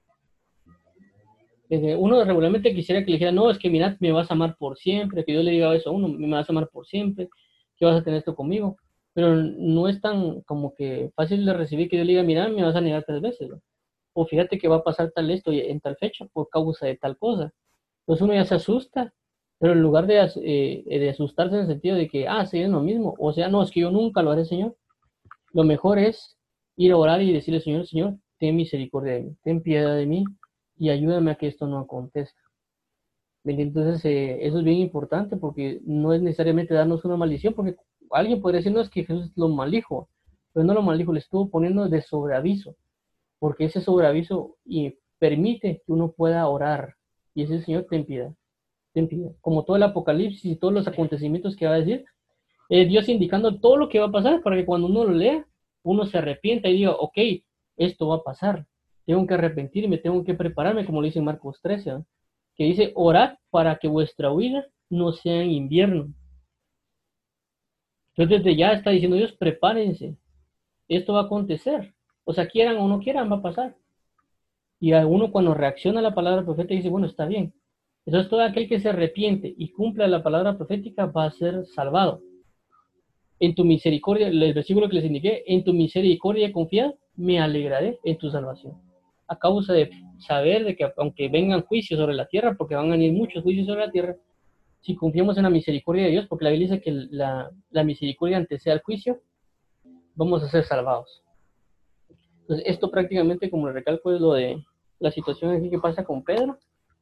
Uno regularmente quisiera que le dijera, no, es que mira, me vas a amar por siempre, que yo le diga eso a uno, me vas a amar por siempre, que vas a tener esto conmigo, pero no es tan como que fácil de recibir que yo le diga, mira, me vas a negar 3 veces, ¿no? O fíjate que va a pasar tal esto en tal fecha por causa de tal cosa. Entonces uno ya se asusta, pero en lugar de asustarse en el sentido de que, sí, es lo mismo, o sea, no, es que yo nunca lo haré, Señor, lo mejor es ir a orar y decirle, Señor, Señor, ten misericordia de mí, ten piedad de mí y ayúdame a que esto no acontezca. Entonces, eso es bien importante porque no es necesariamente darnos una maldición, porque alguien podría decir, no, es que Jesús lo maldijo, pero no lo maldijo, le estuvo poniendo de sobreaviso, porque ese sobreaviso permite que uno pueda orar y ese Señor ten piedad, ten piedad. Como todo el Apocalipsis y todos los acontecimientos que va a decir, Dios indicando todo lo que va a pasar para que cuando uno lo lea, uno se arrepienta y diga, ok, esto va a pasar, tengo que arrepentirme, tengo que prepararme, como lo dice en Marcos 13, ¿no? Que dice, orad para que vuestra huida no sea en invierno. Entonces desde ya está diciendo Dios, prepárense, esto va a acontecer. O sea, quieran o no quieran, va a pasar. Y a uno cuando reacciona a la palabra profética dice, bueno, está bien. Entonces todo aquel que se arrepiente y cumpla la palabra profética va a ser salvado. En tu misericordia, el versículo que les indiqué, en tu misericordia confiad, me alegraré en tu salvación. A causa de saber de que aunque vengan juicios sobre la tierra, porque van a venir muchos juicios sobre la tierra, si confiamos en la misericordia de Dios, porque la Biblia dice que la misericordia antecede al juicio, vamos a ser salvados. Entonces, esto prácticamente, como le recalco, es lo de la situación aquí que pasa con Pedro.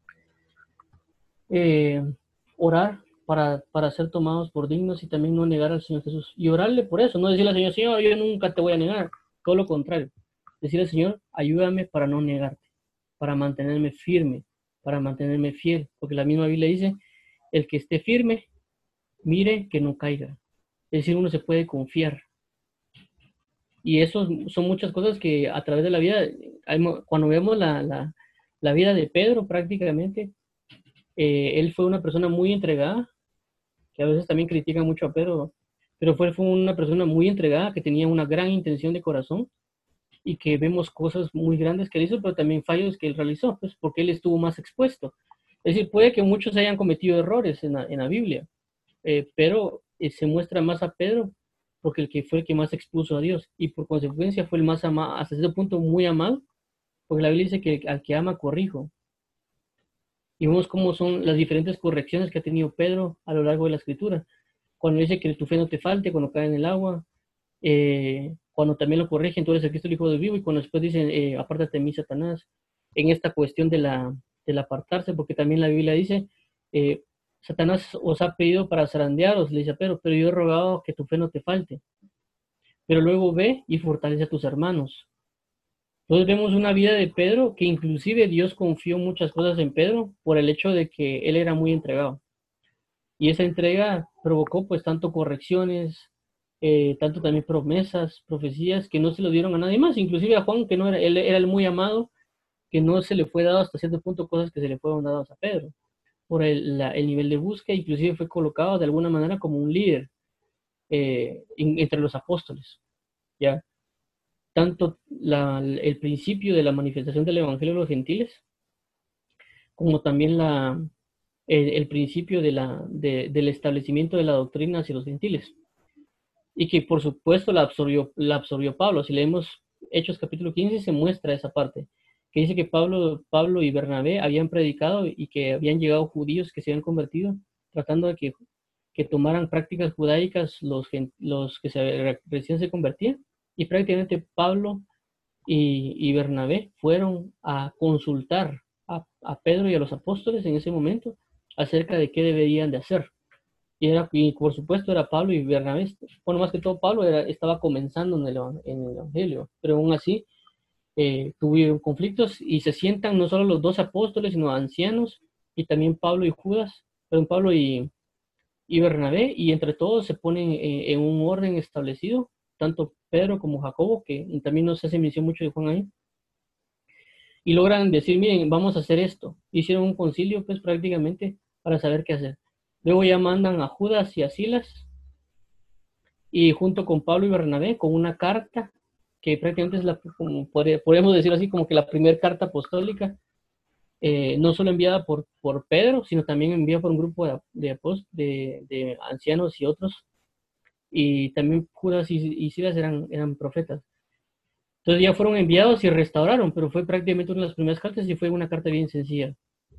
Orar para ser tomados por dignos y también no negar al Señor Jesús. Y orarle por eso, no decirle al Señor, Señor, yo nunca te voy a negar. Todo lo contrario. Decirle al Señor, ayúdame para no negarte, para mantenerme firme, para mantenerme fiel. Porque la misma Biblia dice, el que esté firme, mire que no caiga. Es decir, uno se puede confiar. Y eso son muchas cosas que a través de la vida, cuando vemos la vida de Pedro prácticamente, él fue una persona muy entregada, que a veces también critica mucho a Pedro, pero fue una persona muy entregada, que tenía una gran intención de corazón y que vemos cosas muy grandes que él hizo, pero también fallos que él realizó, pues porque él estuvo más expuesto. Es decir, puede que muchos hayan cometido errores en la Biblia, pero se muestra más a Pedro porque el que fue el que más expuso a Dios y por consecuencia fue el más amado, hasta ese punto muy amado, porque la Biblia dice que al que ama corrijo. Y vemos cómo son las diferentes correcciones que ha tenido Pedro a lo largo de la escritura. Cuando dice que tu fe no te falte, cuando cae en el agua, cuando también lo corrigen, tú eres el Cristo, el Hijo de Vivo, y cuando después dicen, apártate de mí, Satanás, en esta cuestión del apartarse, porque también la Biblia dice, eh, Satanás os ha pedido para zarandearos, le dice a Pedro, pero yo he rogado que tu fe no te falte. Pero luego ve y fortalece a tus hermanos. Entonces vemos una vida de Pedro que inclusive Dios confió muchas cosas en Pedro por el hecho de que él era muy entregado. Y esa entrega provocó pues tanto correcciones, tanto también promesas, profecías que no se lo dieron a nadie más, inclusive a Juan, que no era, él era el muy amado, que no se le fue dado hasta cierto punto cosas que se le fueron dadas a Pedro, por el nivel de búsqueda, inclusive fue colocado de alguna manera como un líder entre los apóstoles, ¿ya? Tanto el principio de la manifestación del Evangelio a los gentiles, como también el principio del establecimiento de la doctrina hacia los gentiles. Y que por supuesto la absorbió Pablo. Si leemos Hechos capítulo 15 se muestra esa parte, que dice que Pablo y Bernabé habían predicado y que habían llegado judíos que se habían convertido, tratando de que tomaran prácticas judaicas los que recién se convertían. Y prácticamente Pablo y Bernabé fueron a consultar a Pedro y a los apóstoles en ese momento acerca de qué deberían de hacer. Y por supuesto era Pablo y Bernabé, bueno, más que todo Pablo estaba comenzando en el Evangelio, pero aún así tuvieron conflictos y se sientan no solo los dos apóstoles, sino ancianos, y también Pablo y Judas, perdón, Pablo y Bernabé, y entre todos se ponen en un orden establecido, tanto Pedro como Jacobo, que también no se hace mención mucho de Juan ahí, y logran decir, miren, vamos a hacer esto. Hicieron un concilio, pues prácticamente, para saber qué hacer. Luego ya mandan a Judas y a Silas, y junto con Pablo y Bernabé, con una carta, que prácticamente es como podemos decir así, como que la primera carta apostólica, no solo enviada por Pedro, sino también enviada por un grupo de ancianos y otros, y también Judas y Silas eran profetas. Entonces ya fueron enviados y restauraron, pero fue prácticamente una de las primeras cartas y fue una carta bien sencilla.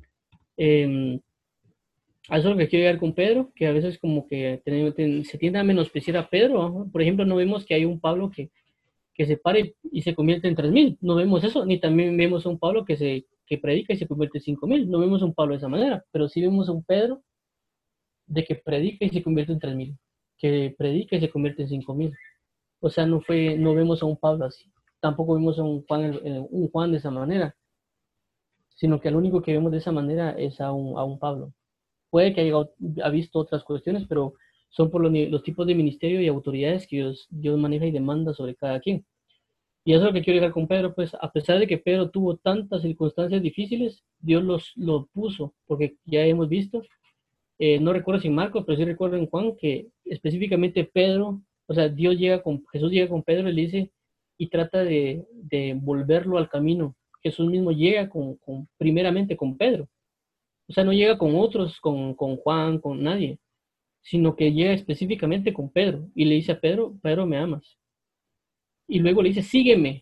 Eh, a eso es lo que quiero llegar con Pedro, que a veces como que se tiende a menospreciar a Pedro, ¿no? Por ejemplo, no vemos que hay un Pablo que se pare y se convierte en 3,000, no vemos eso, ni también vemos a un Pablo que predica y se convierte en 5,000, no vemos a un Pablo de esa manera, pero sí vemos a un Pedro de que predica y se convierte en 3,000, que predica y se convierte en 5,000. O sea, no vemos a un Pablo así, tampoco vemos a un Juan de esa manera, sino que al único que vemos de esa manera es a un Pablo. Puede que haya visto otras cuestiones, pero son por los tipos de ministerio y autoridades que Dios maneja y demanda sobre cada quien. Y eso es lo que quiero llegar con Pedro, pues a pesar de que Pedro tuvo tantas circunstancias difíciles, Dios lo puso, porque ya hemos visto no recuerdo si en Marcos, pero sí recuerdo en Juan, que específicamente Pedro, o sea, Jesús llega con Pedro y le dice, y trata de volverlo al camino. Jesús mismo llega primeramente con Pedro. O sea, no llega con otros, con Juan, con nadie, sino que llega específicamente con Pedro y le dice a Pedro, Pedro, ¿me amas? Y luego le dice, sígueme.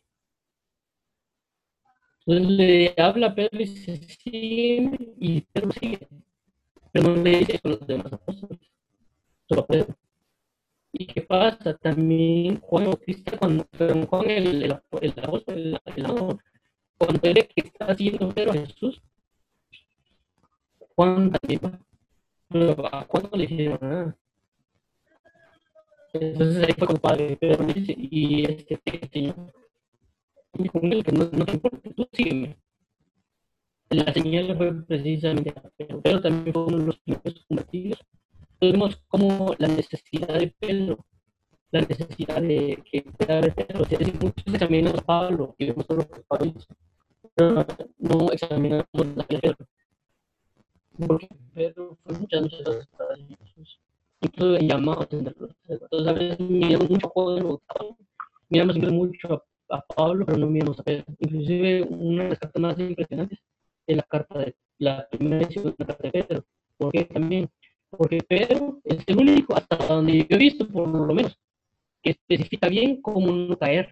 Entonces le habla a Pedro y dice, sígueme, y Pedro sigue. Pero no le dice con los demás apóstoles, solo a Pedro. ¿Y qué pasa? También Juan Bautista, pero Juan el apóstol, cuando ve que está haciendo Pedro a Jesús, Juan también va. Pero a Juan no le dijeron nada. Entonces ahí fue cuando padre Pedro le dice, y Señor, con él, que no te importa, tú sígueme. La señal fue precisamente a Pedro. Pedro también fue uno de los primeros convertidos. Vemos como la necesidad de Pedro, la necesidad de que Pedro, o sea, muchos examinamos a Pablo y vemos todo lo que Pablo hizo, pero no examinamos la vida de Pedro, porque Pedro fue muchas veces para Jesús, incluso llamado a atenderlo. Entonces a veces miramos mucho a Pablo, miramos mucho a Pablo, pero no miramos a Pedro. Inclusive una de las cartas más impresionantes es la carta de la primera edición de la carta de Pedro. ¿Por qué también? Porque Pedro es el único, hasta donde yo he visto, por lo menos, que especifica bien cómo no caer.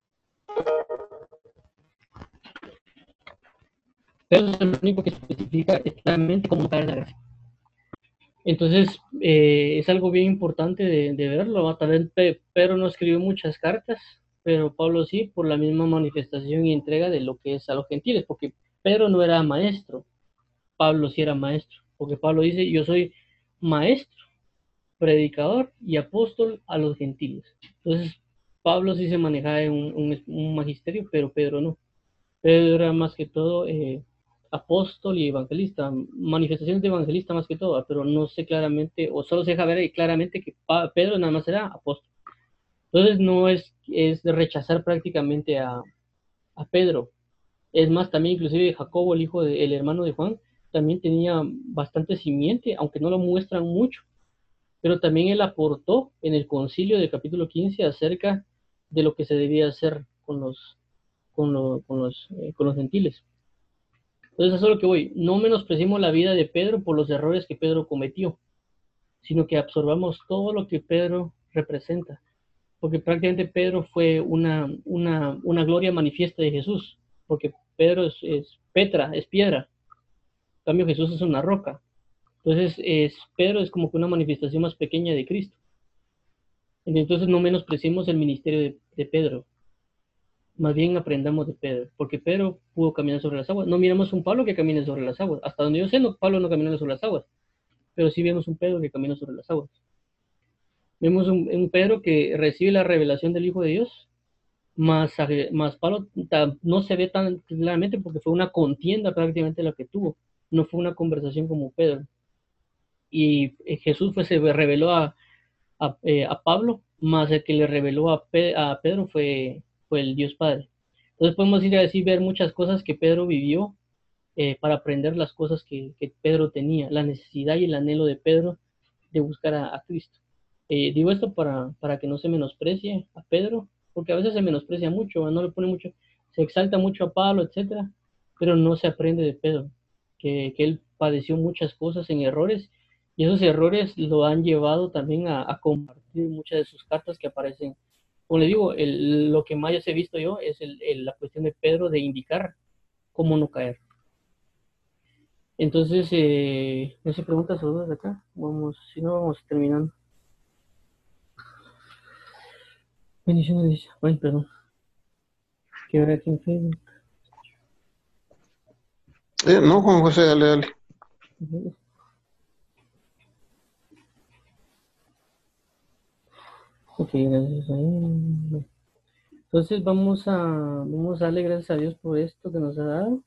Pedro es el único que especifica claramente cómo no caer en la gracia. Entonces, es algo bien importante de verlo. Tal vez Pedro no escribió muchas cartas, pero Pablo sí, por la misma manifestación y entrega de lo que es a los gentiles, porque Pedro no era maestro, Pablo sí era maestro, porque Pablo dice, yo soy maestro, predicador y apóstol a los gentiles. Entonces, Pablo sí se manejaba en un magisterio, pero Pedro no. Pedro era más que todo apóstol y evangelista, manifestaciones de evangelista más que todo, pero no sé claramente, o solo se deja ver ahí claramente que Pedro nada más era apóstol. Entonces no es de rechazar prácticamente a Pedro. Es más, también inclusive Jacobo, el hermano de Juan, también tenía bastante simiente, aunque no lo muestran mucho, pero también él aportó en el concilio del capítulo 15 acerca de lo que se debía hacer con los gentiles. Entonces, eso es lo que voy. No menospreciemos la vida de Pedro por los errores que Pedro cometió, sino que absorbamos todo lo que Pedro representa. Porque prácticamente Pedro fue una gloria manifiesta de Jesús. Porque Pedro es Petra, es piedra. En cambio, Jesús es una roca. Entonces, Pedro es como que una manifestación más pequeña de Cristo. Entonces, no menospreciemos el ministerio de Pedro. Más bien aprendamos de Pedro, porque Pedro pudo caminar sobre las aguas. No miramos un Pablo que camine sobre las aguas. Hasta donde yo sé, no, Pablo no caminó sobre las aguas, pero sí vemos un Pedro que camina sobre las aguas. Vemos un Pedro que recibe la revelación del Hijo de Dios, más Pablo no se ve tan claramente porque fue una contienda prácticamente la que tuvo, no fue una conversación como Pedro. Y Jesús se reveló a Pablo, más el que le reveló a Pedro fue el Dios Padre. Entonces podemos ir a decir, ver muchas cosas que Pedro vivió para aprender las cosas que Pedro tenía, la necesidad y el anhelo de Pedro de buscar a Cristo. Digo esto para que no se menosprecie a Pedro, porque a veces se menosprecia mucho, no le pone mucho, se exalta mucho a Pablo, etcétera, pero no se aprende de Pedro, que él padeció muchas cosas en errores, y esos errores lo han llevado también a compartir muchas de sus cartas que aparecen. Como le digo, lo que más he visto yo es la cuestión de Pedro de indicar cómo no caer. Entonces, no se preguntas o dudas acá. Vamos, si no, vamos terminando. Bendiciones, ay, perdón. Que ver aquí en Facebook. No, Juan José, dale, dale. Ok, gracias a él. Entonces vamos a darle gracias a Dios por esto que nos ha dado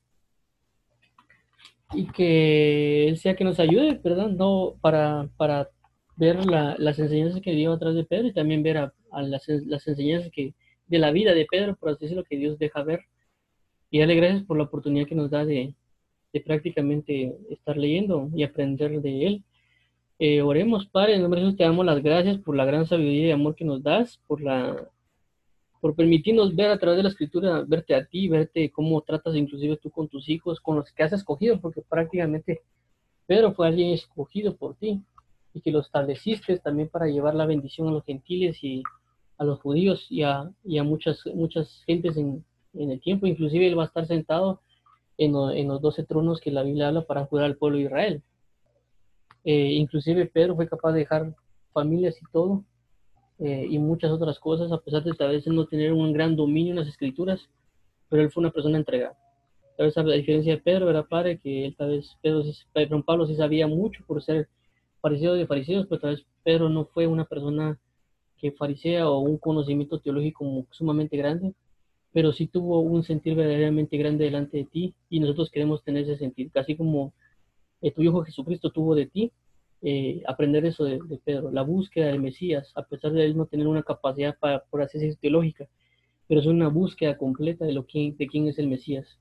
y que Él sea que nos ayude, ¿verdad? No, para ver las enseñanzas que dio atrás de Pedro y también ver a las enseñanzas de la vida de Pedro, por así decirlo, que Dios deja ver. Y darle gracias por la oportunidad que nos da de prácticamente estar leyendo y aprender de Él. Oremos, Padre, en el nombre de Jesús te damos las gracias por la gran sabiduría y amor que nos das, por permitirnos ver a través de la escritura, verte a ti, verte cómo tratas inclusive tú con tus hijos, con los que has escogido, porque prácticamente Pedro fue alguien escogido por ti y que lo estableciste también para llevar la bendición a los gentiles y a los judíos y a muchas gentes en el tiempo. Inclusive él va a estar sentado en los 12 tronos que la Biblia habla para juzgar al pueblo de Israel. Inclusive Pedro fue capaz de dejar familias y todo, y muchas otras cosas, a pesar de tal vez no tener un gran dominio en las escrituras, pero él fue una persona entregada. Tal vez a diferencia de Pedro, era padre, que él tal vez, Pablo sí sabía mucho por ser fariseo de fariseos, pero tal vez Pedro no fue una persona que farisea o un conocimiento teológico sumamente grande, pero sí tuvo un sentir verdaderamente grande delante de ti, y nosotros queremos tener ese sentir, casi como tu Hijo Jesucristo tuvo de ti, aprender eso de Pedro, la búsqueda del Mesías, a pesar de él no tener una capacidad para, por así decirlo, teológica, pero es una búsqueda completa de quién es el Mesías.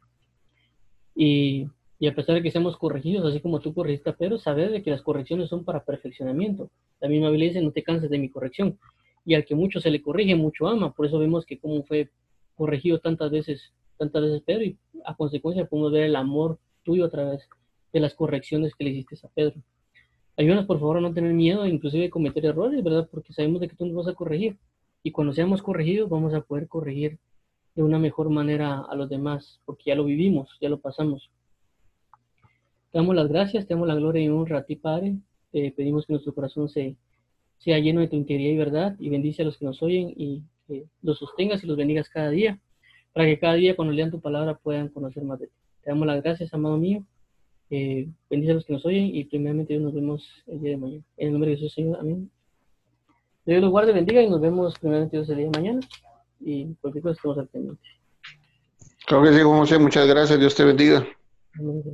Y, y a pesar de que seamos corregidos, así como tú corregiste a Pedro, saber de que las correcciones son para perfeccionamiento. La misma Biblia dice, no te canses de mi corrección. Y al que mucho se le corrige, mucho ama. Por eso vemos que como fue corregido tantas veces Pedro, y a consecuencia podemos ver el amor tuyo a través de las correcciones que le hiciste a Pedro. Ayúdanos, por favor, a no tener miedo, inclusive de cometer errores, ¿verdad? Porque sabemos de que tú nos vas a corregir. Y cuando seamos corregidos, vamos a poder corregir de una mejor manera a los demás, porque ya lo vivimos, ya lo pasamos. Te damos las gracias, te damos la gloria y honra a ti, Padre. Te pedimos que nuestro corazón sea lleno de tu integridad y verdad, y bendice a los que nos oyen y que los sostengas y los bendigas cada día, para que cada día cuando lean tu palabra puedan conocer más de ti. Te damos las gracias, amado mío. Bendice a los que nos oyen y primeramente nos vemos el día de mañana. En el nombre de Jesús, Señor. Amén. Dios los guarde, bendiga y nos vemos primeramente Dios el día de mañana. Y cualquier cosa estamos al pendiente. Claro que sí, Juan José, muchas gracias, Dios te bendiga. Amén.